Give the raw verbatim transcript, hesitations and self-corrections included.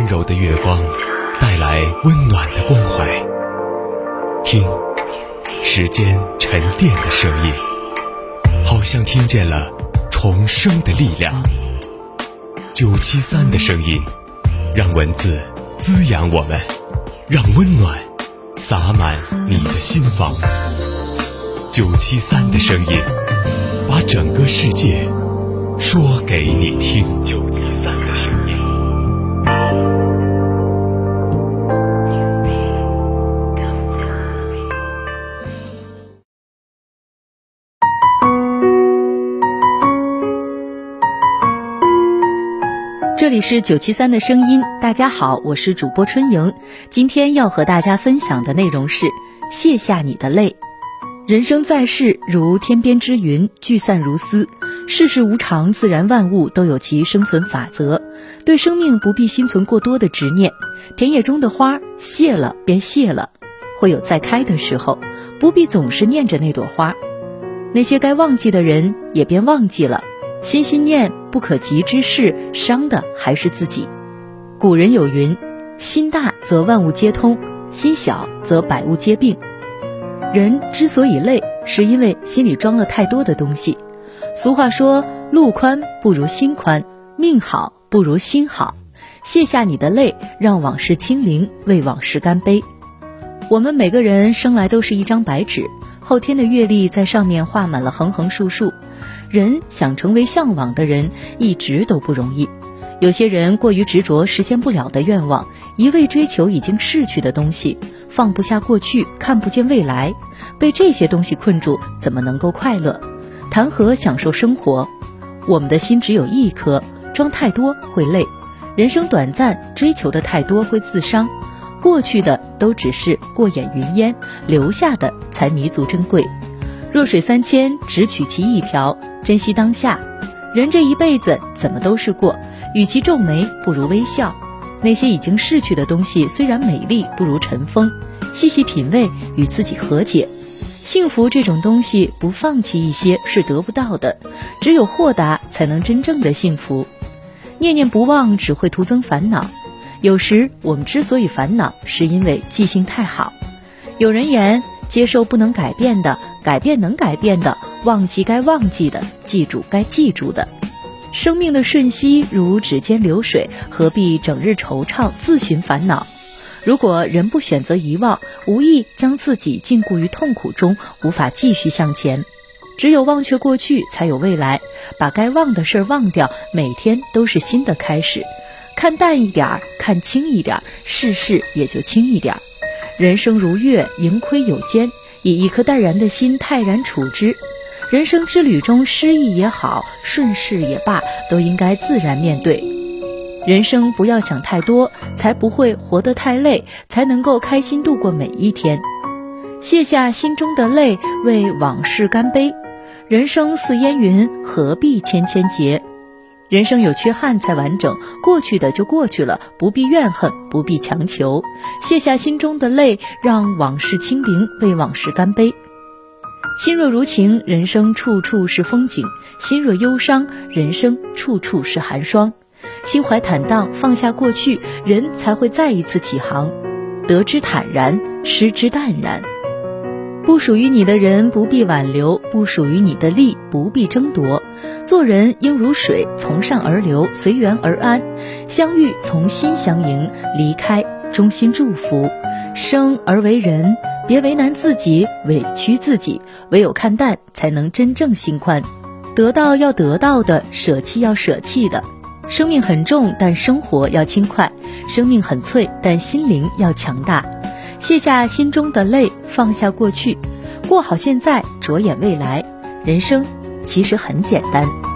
温柔的月光带来温暖的关怀。听，时间沉淀的声音，好像听见了重生的力量。九七三的声音，让文字滋养我们，让温暖洒满你的心房。九七三的声音，把整个世界说给你听。九七三的声音。 这里是九七三的声音，大家好，我是主播春莹。今天要和大家分享的内容是卸下你的泪。人生在世如天边之云，聚散如丝，世事无常，自然万物都有其生存法则，对生命不必心存过多的执念。田野中的花谢了便谢了，会有再开的时候，不必总是念着那朵花。那些该忘记的人也便忘记了，心心念不可及之事，伤的还是自己。古人有云，心大则万物皆通，心小则百物皆病。人之所以累，是因为心里装了太多的东西。俗话说，路宽不如心宽，命好不如心好。卸下你的泪，让往事清零，为往事干杯。我们每个人生来都是一张白纸，后天的阅历在上面画满了横横竖竖。人想成为向往的人，一直都不容易。有些人过于执着实现不了的愿望，一味追求已经逝去的东西，放不下过去，看不见未来，被这些东西困住，怎么能够快乐？谈何享受生活？我们的心只有一颗，装太多会累。人生短暂，追求的太多会自伤。过去的都只是过眼云烟，留下的才弥足珍贵。弱水三千，只取其一瓢，珍惜当下。人这一辈子怎么都是过，与其皱眉，不如微笑。那些已经逝去的东西，虽然美丽，不如尘封。细细品味，与自己和解。幸福这种东西，不放弃一些是得不到的，只有豁达才能真正的幸福。念念不忘只会徒增烦恼。有时我们之所以烦恼，是因为记性太好。有人言，接受不能改变的，改变能改变的，忘记该忘记的，记住该记住的。生命的瞬息如指尖流水，何必整日惆怅，自寻烦恼？如果人不选择遗忘，无意将自己禁锢于痛苦中，无法继续向前。只有忘却过去，才有未来。把该忘的事儿忘掉，每天都是新的开始。看淡一点，看轻一点，世事也就轻一点。人生如月，盈亏有间，以一颗淡然的心泰然处之。人生之旅中，失意也好，顺势也罢，都应该自然面对。人生不要想太多，才不会活得太累，才能够开心度过每一天。卸下心中的泪，为往事干杯。人生似烟云，何必千千结？人生有缺憾才完整，过去的就过去了，不必怨恨，不必强求。卸下心中的泪，让往事清零，为往事干杯。心若如情，人生处处是风景；心若忧伤，人生处处是寒霜。心怀坦荡，放下过去，人才会再一次起航。得之坦然，失之淡然。不属于你的人不必挽留，不属于你的利不必争夺。做人应如水，从上而流，随缘而安。相遇从心相迎，离开衷心祝福。生而为人，别为难自己，委屈自己，唯有看淡，才能真正心宽。得到要得到的，舍弃要舍弃的。生命很重，但生活要轻快；生命很脆，但心灵要强大。卸下心中的泪，放下过去，过好现在，着眼未来。人生其实很简单。